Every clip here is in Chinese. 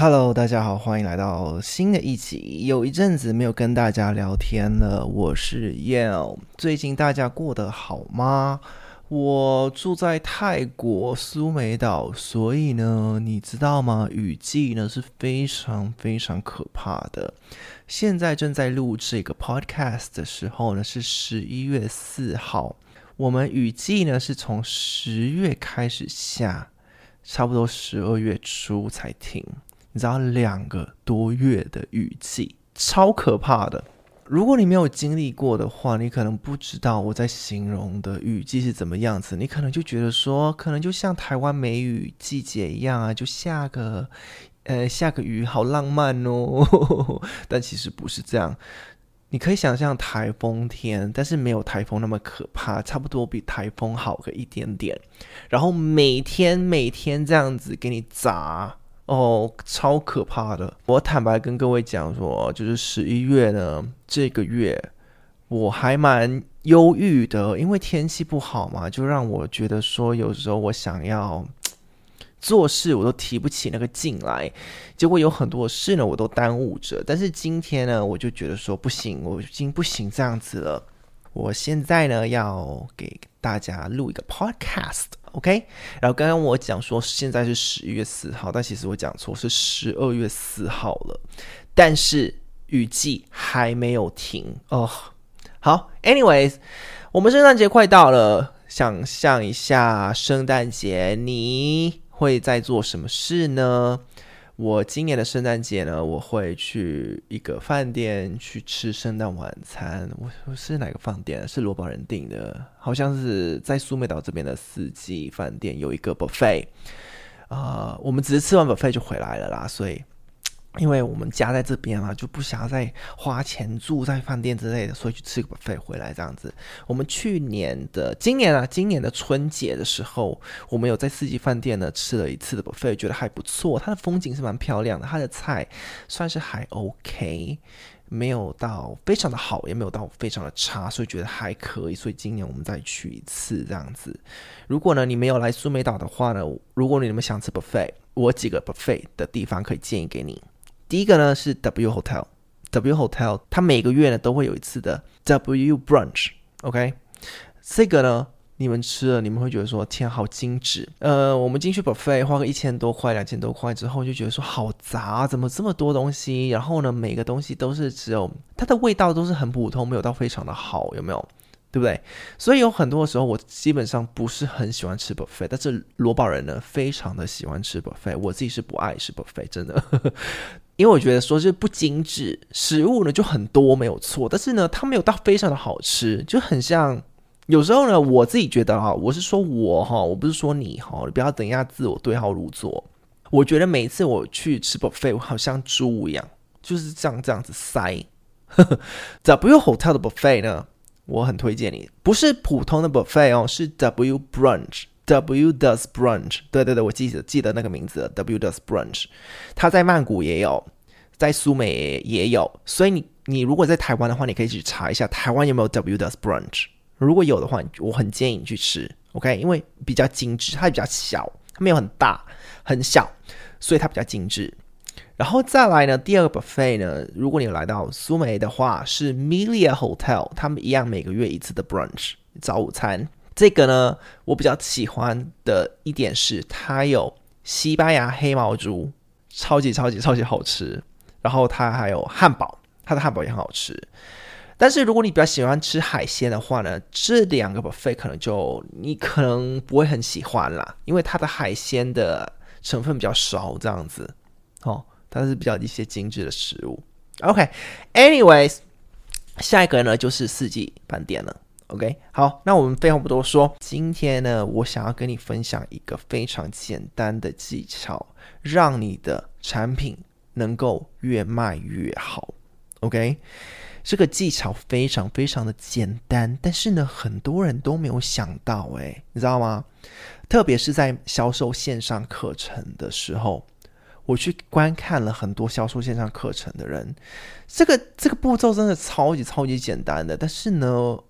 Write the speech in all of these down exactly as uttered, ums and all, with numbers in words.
Hello， 大家好，欢迎来到新的一集。有一阵子没有跟大家聊天了，我是 Yale。最近大家过得好吗？我住在泰国苏梅岛，所以呢，你知道吗？雨季呢是非常非常可怕的。现在正在录这个 podcast 的时候呢，是十一月四号。我们雨季呢是从十月开始下，差不多十二月初才停。你知道两个多月的雨季，超可怕的。如果你没有经历过的话，你可能不知道我在形容的雨季是怎么样子。你可能就觉得说，可能就像台湾梅雨季节一样啊，就下个呃下个雨，好浪漫哦。但其实不是这样。你可以想象台风天，但是没有台风那么可怕，差不多比台风好个一点点。然后每天每天这样子给你砸。哦，超可怕的！我坦白跟各位讲说，就是十一月呢，这个月我还蛮忧郁的，因为天气不好嘛，就让我觉得说，有时候我想要做事，我都提不起那个劲来，结果有很多事呢，我都耽误着。但是今天呢，我就觉得说，不行，我已经不行这样子了。我现在呢，要给大家录一个 podcast。OK， 然后刚刚我讲说现在是十一月四号，但其实我讲错，是十二月四号了。但是雨季还没有停哦。好 ，anyways， 我们圣诞节快到了，想象一下圣诞节你会在做什么事呢？我今年的圣诞节呢，我会去一个饭店去吃圣诞晚餐。我是哪个饭店？是罗宝人订的，好像是在苏梅岛这边的四季饭店有一个 buffet。呃，我们只是吃完 buffet 就回来了啦，所以因为我们家在这边嘛，就不想要再花钱住在饭店之类的，所以去吃个 buffet 回来这样子。我们去年的今年啊，今年的春节的时候，我们有在四季饭店呢吃了一次的 buffet， 觉得还不错。它的风景是蛮漂亮的，它的菜算是还 OK， 没有到非常的好，也没有到非常的差，所以觉得还可以。所以今年我们再去一次这样子。如果呢你没有来苏梅岛的话呢，如果你们想吃 buffet， 我几个 buffet 的地方可以建议给你。第一个呢是 W Hotel， W Hotel 它每个月呢都会有一次的 W Brunch，OK， 这个呢你们吃了，你们会觉得说天好精致。呃，我们进去 buffet 花个一千多块、两千多块之后，就觉得说好杂，怎么这么多东西？然后呢，每个东西都是只有它的味道都是很普通，没有到非常的好，有没有？对不对？所以有很多的时候，我基本上不是很喜欢吃 buffet， 但是罗宝人呢非常的喜欢吃 buffet， 我自己是不爱吃 buffet， 真的。因为我觉得说是不精致，食物呢就很多没有错，但是呢它没有到非常的好吃，就很像有时候呢我自己觉得哈，我是说我哈，我不是说你哈，你不要等一下自我对号入座。我觉得每一次我去吃 buffet， 我好像猪一样，就是这样这样子塞。W Hotel 的 buffet 呢，我很推荐你，不是普通的 buffet 哦，是 W Brunch。W Does Brunch， 对对对，我记得记得那个名字了 W Does Brunch， 它在曼谷也有，在苏梅也有，所以你你如果在台湾的话，你可以去查一下台湾有没有 W Does Brunch， 如果有的话，我很建议你去吃 ，OK， 因为比较精致，它比较小，它没有很大，很小，所以它比较精致。然后再来呢，第二个 buffet 呢，如果你有来到苏梅的话，是 Melia Hotel， 他们一样每个月一次的 brunch 早午餐。这个呢，我比较喜欢的一点是，它有西班牙黑毛猪，超级超级超级好吃。然后它还有汉堡，它的汉堡也很好吃。但是如果你比较喜欢吃海鲜的话呢，这两个 buffet 可能就你可能不会很喜欢啦，因为它的海鲜的成分比较少，这样子哦，它是比较一些精致的食物。OK，anyways， 下一个呢就是四季饭店了。OK， 好，那我们废话不多说，今天呢，我想要跟你分享一个非常简单的技巧，让你的产品能够越卖越好。OK， 这个技巧非常非常的简单，但是呢，很多人都没有想到，哎，你知道吗？特别是在销售线上课程的时候，我去观看了很多销售线上课程的人，这个这个步骤真的超级超级简单的，但是呢，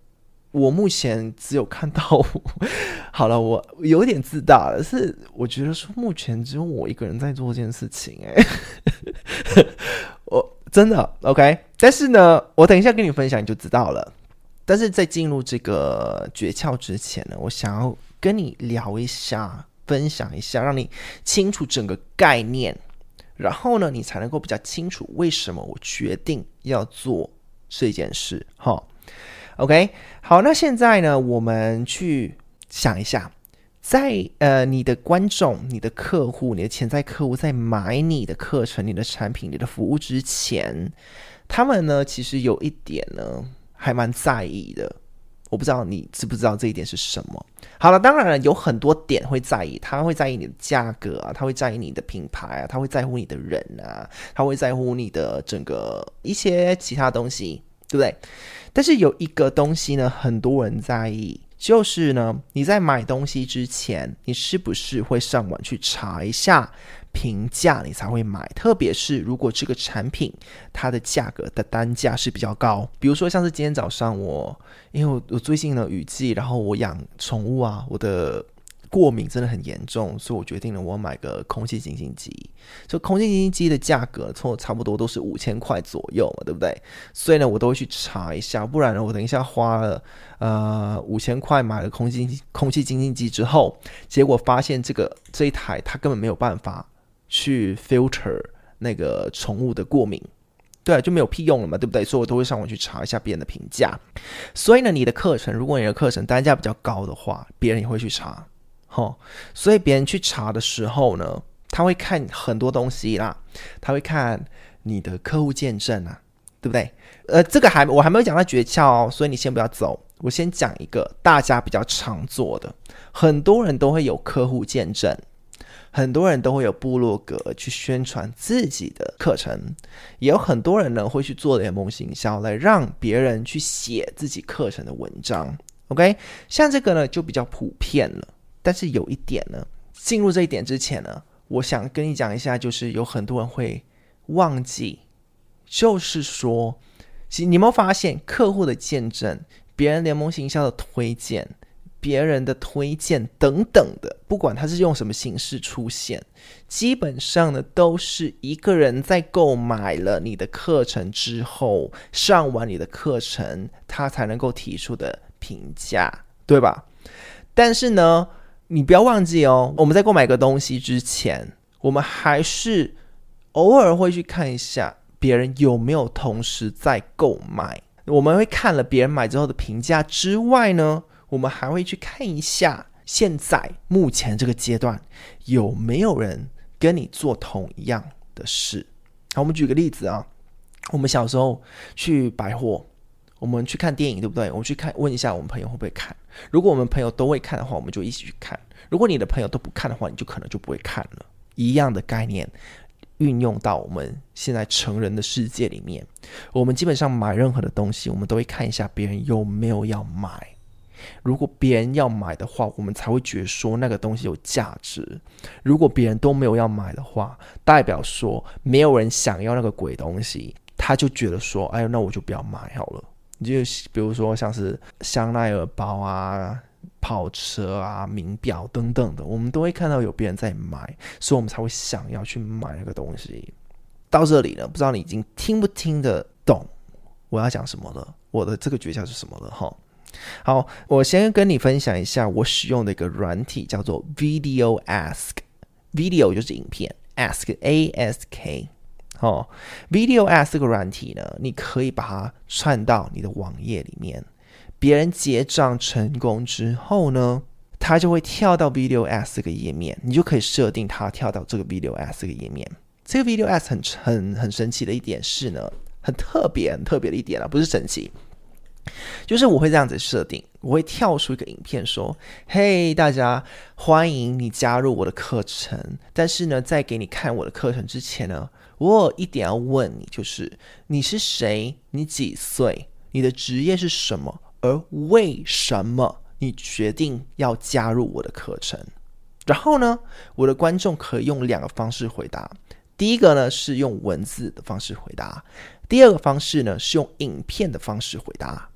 我目前只有看到好了，我有点自大了，是我觉得说目前只有我一个人在做这件事情哎、欸，我真的 OK， 但是呢，我等一下跟你分享你就知道了。但是在进入这个诀窍之前呢，我想要跟你聊一下，分享一下，让你清楚整个概念，然后呢，你才能够比较清楚为什么我决定要做这件事。齁 OK， 好，那现在呢，我们去想一下，在呃你的观众、你的客户、你的潜在客户在买你的课程、你的产品、你的服务之前，他们呢其实有一点呢还蛮在意的。我不知道你知不知道这一点是什么。好了，当然了，有很多点会在意，他会在意你的价格啊，他会在意你的品牌啊，他会在乎你的人啊，他会在乎你的整个一些其他东西，对不对？但是有一个东西呢，很多人在意，就是呢，你在买东西之前，你是不是会上网去查一下评价，你才会买？特别是如果这个产品它的价格的单价是比较高，比如说像是今天早上我，因为 我, 我最近呢雨季，然后我养宠物啊，我的过敏真的很严重，所以我决定了我要买个空气清新机。就空气清新机的价格差不多都是五千块左右嘛，对不对？所以呢，我都会去查一下，不然呢，我等一下花了呃五千块买了空气空气清新机之后，结果发现这个这一台它根本没有办法去 filter 那个宠物的过敏。对、啊，就没有屁用了嘛，对不对？所以我都会上网去查一下别人的评价。所以呢，你的课程，如果你的课程单价比较高的话，别人也会去查。哦、所以别人去查的时候呢，他会看很多东西啦，他会看你的客户见证啊，对不对？呃，这个还我还没有讲到诀窍哦，所以你先不要走，我先讲一个大家比较常做的，很多人都会有客户见证，很多人都会有部落格去宣传自己的课程，也有很多人呢会去做联盟行销来让别人去写自己课程的文章。OK， 像这个呢就比较普遍了。但是有一点呢，进入这一点之前呢，我想跟你讲一下，就是有很多人会忘记，就是说，其实你有没有发现，客户的见证、别人联盟行销的推荐、别人的推荐等等的，不管他是用什么形式出现，基本上呢，都是一个人在购买了你的课程之后，上完你的课程，他才能够提出的评价，对吧？但是呢，你不要忘记哦，我们在购买一个东西之前，我们还是偶尔会去看一下别人有没有同时在购买。我们会看了别人买之后的评价之外呢，我们还会去看一下现在目前这个阶段有没有人跟你做同一样的事。好，我们举个例子啊，我们小时候去百货，我们去看电影，对不对？我们去看，问一下我们朋友会不会看。如果我们朋友都会看的话，我们就一起去看。如果你的朋友都不看的话，你就可能就不会看了。一样的概念运用到我们现在成人的世界里面，我们基本上买任何的东西，我们都会看一下别人有没有要买。如果别人要买的话，我们才会觉得说那个东西有价值。如果别人都没有要买的话，代表说没有人想要那个鬼东西，他就觉得说，哎，那我就不要买好了。就比如说像是香奈儿包啊、跑车啊、名表等等的，我们都会看到有别人在买，所以我们才会想要去买那个东西。到这里呢，不知道你已经听不听得懂我要讲什么了，我的这个诀窍是什么了齁。好，我先跟你分享一下我使用的一个软体，叫做 Video Ask。Video 就是影片， Ask A S K。哦 Video Ask 这个软体呢，你可以把它串到你的网页里面，别人结账成功之后呢，它就会跳到 Video Ask 这个页面，你就可以设定它跳到这个 Video Ask 这个页面。这个 Video Ask 很很很神奇的一点是呢，很特别很特别的一点啊，不是神奇，就是我会这样子设定，我会跳出一个影片说，嘿，大家欢迎你加入我的课程，但是呢，在给你看我的课程之前呢，我有一点要问你，就是你是谁？你几岁？你的职业是什么？而为什么你决定要加入我的课程？然后呢，我的观众可以用两个方式回答。第一个呢是用文字的方式回答，第二个方式呢是用影片的方式回答。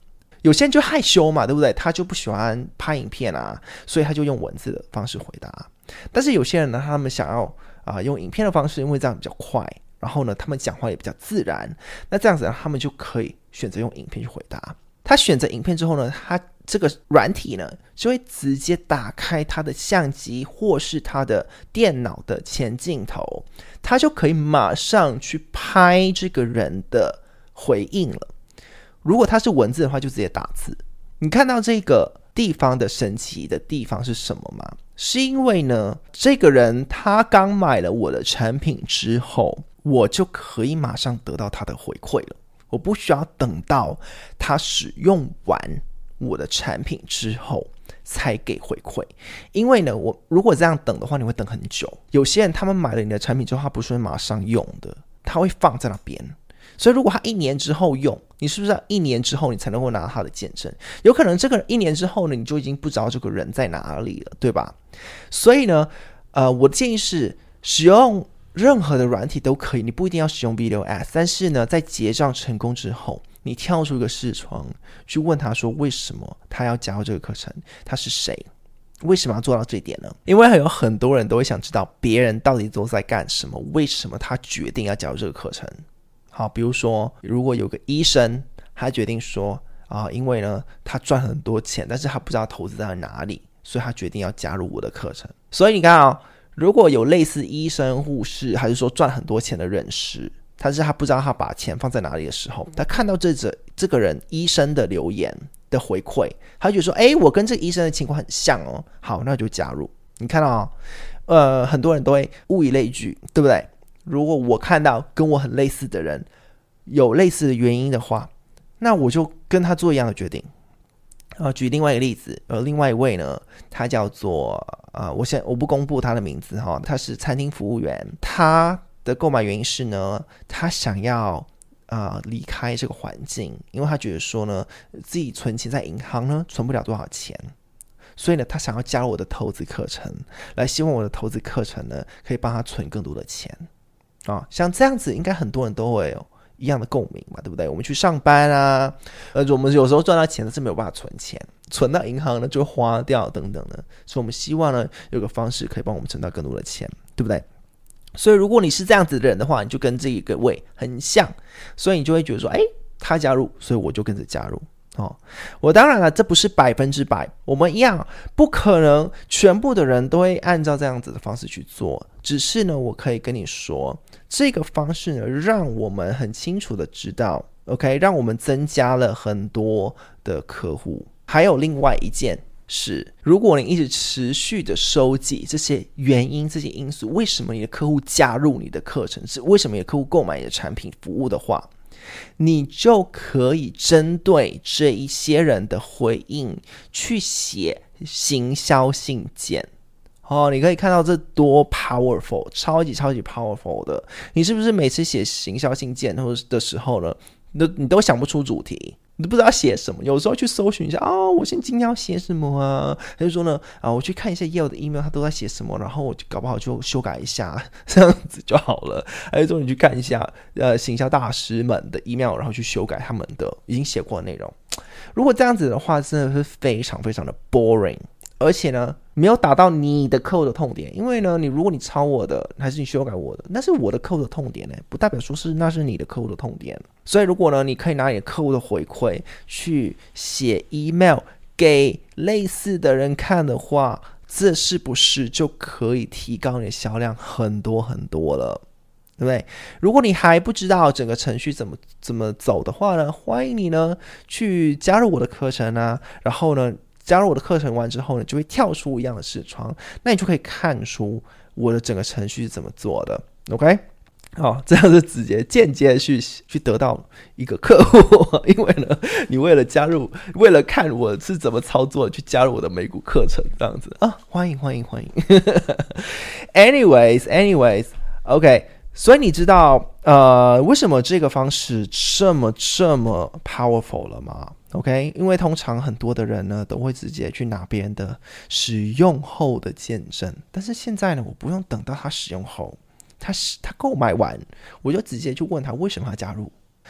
有些人就害羞嘛，对不对？他就不喜欢拍影片啊，所以他就用文字的方式回答。但是有些人呢，他们想要啊、呃、用影片的方式，因为这样比较快，然后呢，他们讲话也比较自然，那这样子呢，他们就可以选择用影片去回答。他选择影片之后呢，他这个软体呢就会直接打开他的相机或是他的电脑的前镜头，他就可以马上去拍这个人的回应了。如果他是文字的话，就直接打字。你看到这个地方的神奇的地方是什么吗？是因为呢，这个人他刚买了我的产品之后，我就可以马上得到他的回馈了。我不需要等到他使用完我的产品之后才给回馈，因为呢，我如果这样等的话，你会等很久。有些人他们买了你的产品之后，他不是会马上用的，他会放在那边。所以如果他一年之后用，你是不是要一年之后你才能够拿到他的见证？有可能这个人一年之后呢，你就已经不知道这个人在哪里了，对吧？所以呢，呃，我的建议是使用任何的软体都可以，你不一定要使用 Video Ads， 但是呢，在结账成功之后，你跳出一个视窗，去问他说为什么他要加入这个课程，他是谁，为什么要做到这一点呢？因为有很多人都会想知道别人到底都在干什么，为什么他决定要加入这个课程。好，比如说如果有个医生，他决定说啊，因为呢他赚很多钱，但是他不知道投资在哪里，所以他决定要加入我的课程。所以你看啊、哦，如果有类似医生、护士，还是说赚很多钱的人士，但是他不知道他把钱放在哪里的时候，他看到这这个人医生的留言的回馈，他就觉得说，哎，我跟这个医生的情况很像哦，好，那就加入。你看到、哦，呃，很多人都会物以类聚，对不对？如果我看到跟我很类似的人有类似的原因的话，那我就跟他做一样的决定。呃，举另外一个例子，呃，另外一位呢，他叫做呃，我现我不公布他的名字哈，他是餐厅服务员，他的购买原因是呢，他想要呃离开这个环境，因为他觉得说呢，自己存钱在银行呢存不了多少钱，所以呢，他想要加入我的投资课程，来希望我的投资课程呢可以帮他存更多的钱啊，像这样子，应该很多人都会有一样的共鸣嘛，对不对？我们去上班啊，呃，我们有时候赚到钱，但是没有办法存钱，存到银行呢就会花掉等等的，所以我们希望呢有个方式可以帮我们存到更多的钱，对不对？所以如果你是这样子的人的话，你就跟这一个位很像，所以你就会觉得说，哎，他加入，所以我就跟着加入。哦，我当然了，这不是百分之百，我们一样不可能全部的人都会按照这样子的方式去做，只是呢，我可以跟你说，这个方式呢，让我们很清楚的知道 ，OK， 让我们增加了很多的客户。还有另外一件事，如果你一直持续的收集这些原因、这些因素，为什么你的客户加入你的课程，是为什么你的客户购买你的产品服务的话，你就可以针对这一些人的回应去写行销信件。哦，你可以看到这多 powerful， 超级超级 powerful 的。你是不是每次写行销信件的时候呢，你都你都想不出主题，你都不知道写什么？有时候去搜寻一下啊、哦，我现在今天要写什么啊？还是说呢啊，我去看一下 Yale 的 email， 他都在写什么，然后我就搞不好就修改一下，这样子就好了。还是说你去看一下呃行销大师们的 email， 然后去修改他们的已经写过的内容。如果这样子的话，真的是非常非常的 boring。而且呢，没有打到你的客户的痛点，因为呢，你如果你抄我的，还是你修改我的，那是我的客户的痛点呢，不代表说是那是你的客户的痛点。所以如果呢，你可以拿你的客户的回馈去写 email 给类似的人看的话，这是不是就可以提高你的销量很多很多了？对不对？如果你还不知道整个程序怎么怎么走的话呢，欢迎你呢去加入我的课程啊，然后呢。加入我的课程完之后呢，就会跳出一样的视窗，那你就可以看出我的整个程序是怎么做的 ，OK？ 好，这样是直接间接去去得到一个客户，因为呢，你为了加入，为了看我是怎么操作，去加入我的美股课程，这样子啊，欢迎欢迎欢迎。anyways anyways OK， 所以你知道呃为什么这个方式这么这么 powerful 了吗？OK， 因为通常很多的人呢都会直接去拿别人的使用后的见证，但是现在呢，我不用等到他使用后，他他购买完，我就直接去问他为什么要加入。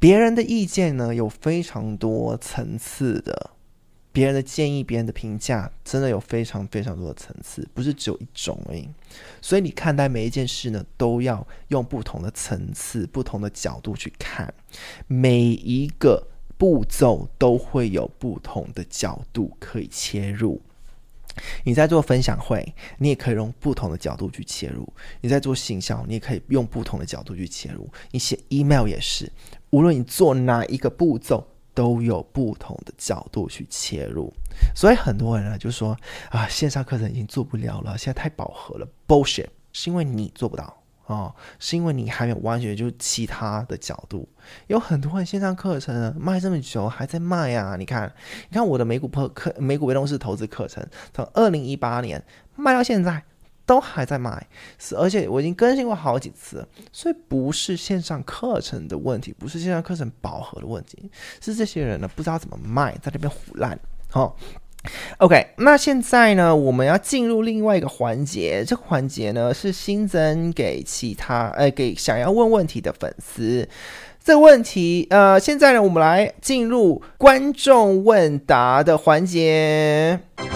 别人的意见呢有非常多层次的，别人的建议，别人的评价真的有非常非常多的层次，不是只有一种而已。所以你看待每一件事呢，都要用不同的层次、不同的角度去看，每一个步骤都会有不同的角度可以切入。你在做分享会，你也可以用不同的角度去切入；你在做行销，你也可以用不同的角度去切入。你写 email 也是，无论你做哪一个步骤，都有不同的角度去切入。所以很多人呢就说啊，线上课程已经做不了了，现在太饱和了。 bullshit， 是因为你做不到哦，是因为你还没有挖掘就是其他的角度。有很多人线上课程呢卖这么久还在卖啊！你看，你看我的美股课、美股被动式投资课程，从二零一八年卖到现在都还在卖，而且我已经更新过好几次了。所以不是线上课程的问题，不是线上课程饱和的问题，是这些人呢不知道怎么卖，在那边唬烂。哦OK， 那现在呢，我们要进入另外一个环节。这个环节呢是新增给其他呃给想要问问题的粉丝。这个问题呃，现在呢，我们来进入观众问答的环节。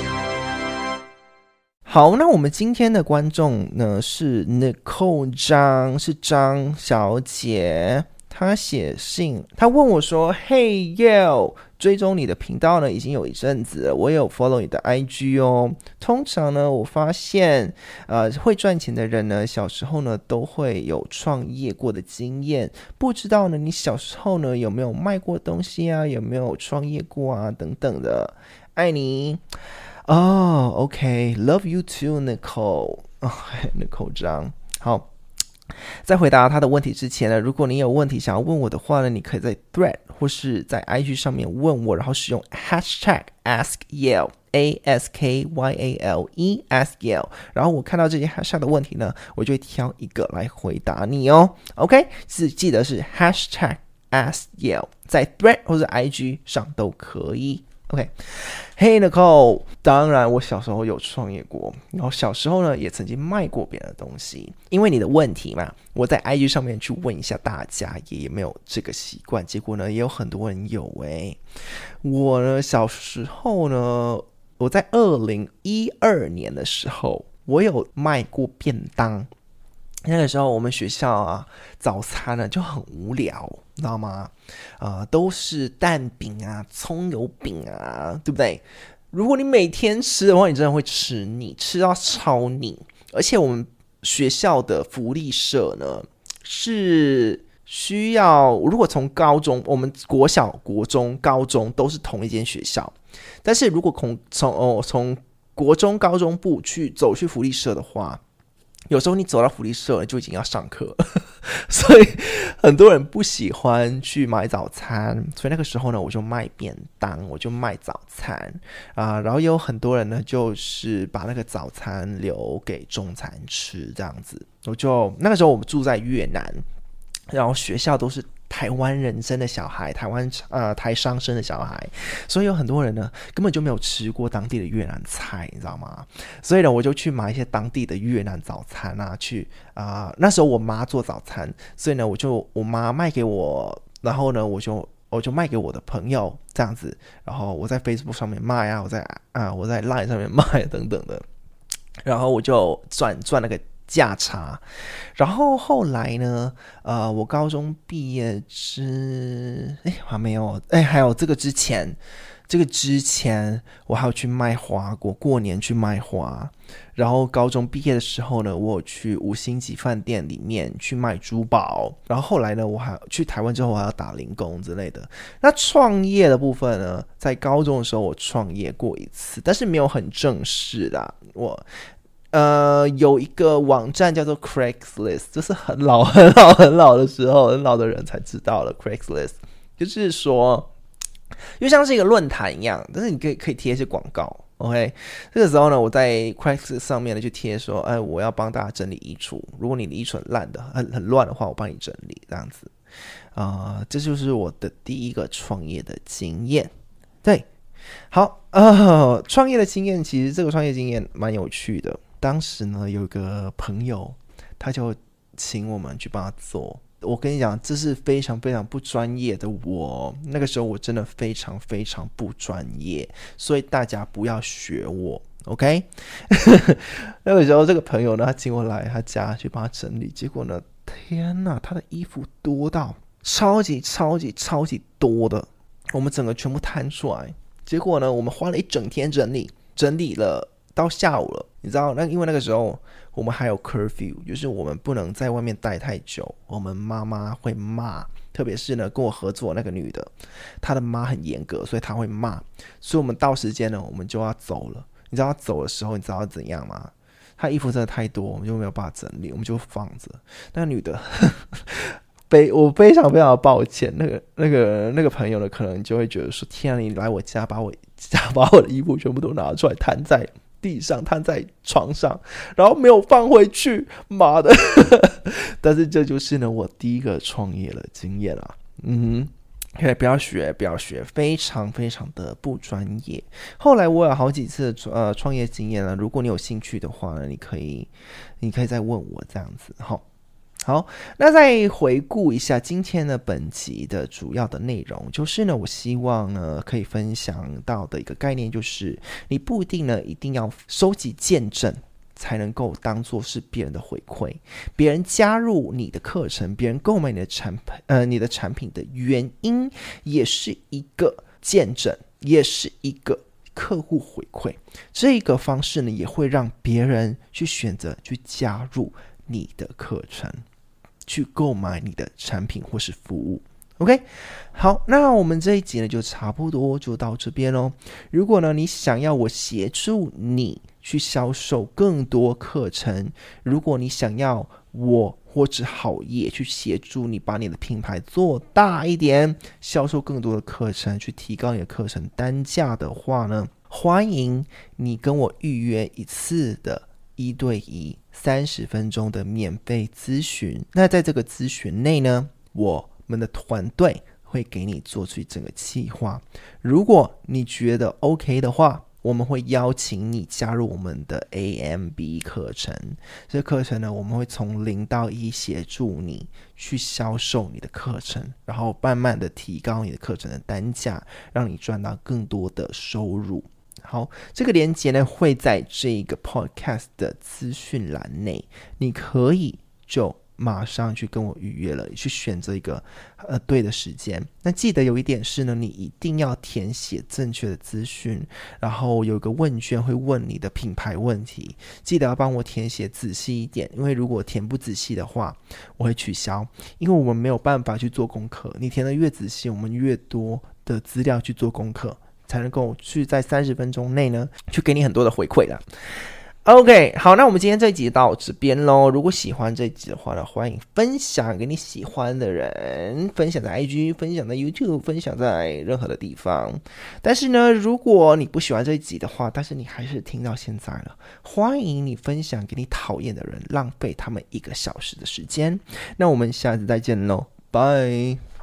好，那我们今天的观众呢是 Nicole 张，是张小姐。她写信，她问我说 Hey Yale， 追踪你的频道呢已经有一阵子了，我也有 follow 你的 I G 哦。通常呢我发现呃会赚钱的人呢小时候呢都会有创业过的经验，不知道呢你小时候呢有没有卖过东西啊，有没有创业过啊等等的。爱你哦、oh, OK Love you too Nicole、oh, Nicole 张。好，在回答他的问题之前呢，如果你有问题想要问我的话呢，你可以在 Thread 或是在 I G 上面问我，然后使用 Hashtag AskYale A S K Y A L E Ask Yale， 然后我看到这些 Hashtag 的问题呢，我就会挑一个来回答你哦。 OK， 是记得是 Hashtag Ask Yale， 在 Thread 或者 I G 上都可以。OK， Hey Nicole， 当然我小时候有创业过，然后小时候呢也曾经卖过别人的东西。因为你的问题嘛，我在 I G 上面去问一下大家，也没有这个习惯，结果呢也有很多人有诶。我呢小时候呢，我在二零一二年的时候，我有卖过便当。那个时候我们学校啊早餐呢就很无聊，你知道吗？呃，都是蛋饼啊、葱油饼啊，对不对？如果你每天吃的话，你真的会吃腻，吃到超腻。而且我们学校的福利社呢是需要，如果从高中，我们国小、国中、高中都是同一间学校，但是如果从从哦从国中、高中部去走去福利社的话，有时候你走到福利社就已经要上课所以很多人不喜欢去买早餐，所以那个时候呢我就卖便当，我就卖早餐、呃、然后也有很多人呢就是把那个早餐留给中餐吃这样子。我就那个时候我们住在越南，然后学校都是台湾人生的小孩，台湾呃台商生的小孩，所以有很多人呢根本就没有吃过当地的越南菜，你知道吗？所以呢我就去买一些当地的越南早餐啊，去啊、呃、那时候我妈做早餐，所以呢我就我妈卖给我，然后呢我就我就卖给我的朋友这样子，然后我在 Facebook 上面卖啊，我在啊、呃、我在 Line 上面卖等等的，然后我就赚赚那个价差。然后后来呢呃，我高中毕业之哎还没有哎还有这个之前这个之前我还有去卖花过，过年去卖花。然后高中毕业的时候呢，我有去五星级饭店里面去卖珠宝。然后后来呢，我还去台湾之后我还要打零工之类的。那创业的部分呢，在高中的时候我创业过一次，但是没有很正式啦。我呃，有一个网站叫做 Craigslist， 就是很老很老很老的时候，很老的人才知道了 Craigslist， 就是说就像是一个论坛一样，但是你可以可以贴一些广告。OK， 这个时候呢，我在 Craigslist 上面呢就贴说，哎，我要帮大家整理衣橱，如果你的衣橱很烂的、很很乱的话，我帮你整理，这样子。啊、呃，这就是我的第一个创业的经验。对，好，呃，创业的经验，其实这个创业经验蛮有趣的。当时呢，有个朋友，他就请我们去帮他做。 我跟你讲，这是非常非常不专业的我，那个时候我真的非常非常不专业，所以大家不要学我 OK 那个时候这个朋友呢，他请我来他家去帮他整理，结果呢，天哪，他的衣服多到超级超级超级多的，我们整个全部摊出来，结果呢，我们花了一整天整理，整理了到下午了，你知道，那因为那个时候我们还有 curfew， 就是我们不能在外面待太久，我们妈妈会骂，特别是呢跟我合作那个女的，她的妈很严格，所以她会骂，所以我们到时间呢，我们就要走了。你知道走的时候，你知道怎样吗？她衣服真的太多，我们就没有办法整理，我们就放着。那个女的非我非常非常的抱歉，那个那个那个朋友呢，可能就会觉得说：天啊，你来我家把我家把我的衣服全部都拿出来摊在地上，摊在床上，然后没有放回去，妈的！但是这就是呢我第一个创业的经验啊，嗯哼。可以不要学，不要学，非常非常的不专业。后来我有好几次的呃创业经验了，如果你有兴趣的话呢，你可以你可以再问我这样子。好，好，那再回顾一下今天的本集的主要的内容，就是呢，我希望呢可以分享到的一个概念，就是你不一定呢一定要收集见证。才能够当作是别人的回馈，别人加入你的课程，别人购买你的产品，呃，你的产品的原因，也是一个见证，也是一个客户回馈。这个方式呢，也会让别人去选择去加入你的课程，去购买你的产品或是服务。OK， 好，那我们这一集呢就差不多就到这边咯。如果呢你想要我协助你去销售更多课程，如果你想要我或者好业去协助你把你的品牌做大一点，销售更多的课程，去提高你的课程单价的话呢，欢迎你跟我预约一次的一对一三十分钟的免费咨询。那在这个咨询内呢，我们的团队会给你做出整个计划。如果你觉得 OK 的话，我们会邀请你加入我们的 A M B 课程。这个课程呢，我们会从零到一协助你去销售你的课程，然后慢慢的提高你的课程的单价，让你赚到更多的收入。好，这个连结呢会在这个 podcast 的资讯栏内，你可以就马上去跟我预约了，去选择一个呃对的时间。那记得有一点是呢，你一定要填写正确的资讯，然后有一个问卷会问你的品牌问题，记得要帮我填写仔细一点，因为如果填不仔细的话，我会取消，因为我们没有办法去做功课，你填的越仔细，我们越多的资料去做功课，才能够去在三十分钟内呢，去给你很多的回馈啦。OK， 好，那我们今天这一集到这边咯。如果喜欢这一集的话呢，欢迎分享给你喜欢的人，分享在 I G， 分享在 YouTube， 分享在任何的地方。但是呢，如果你不喜欢这一集的话，但是你还是听到现在了，欢迎你分享给你讨厌的人，浪费他们一个小时的时间。那我们下次再见咯，拜。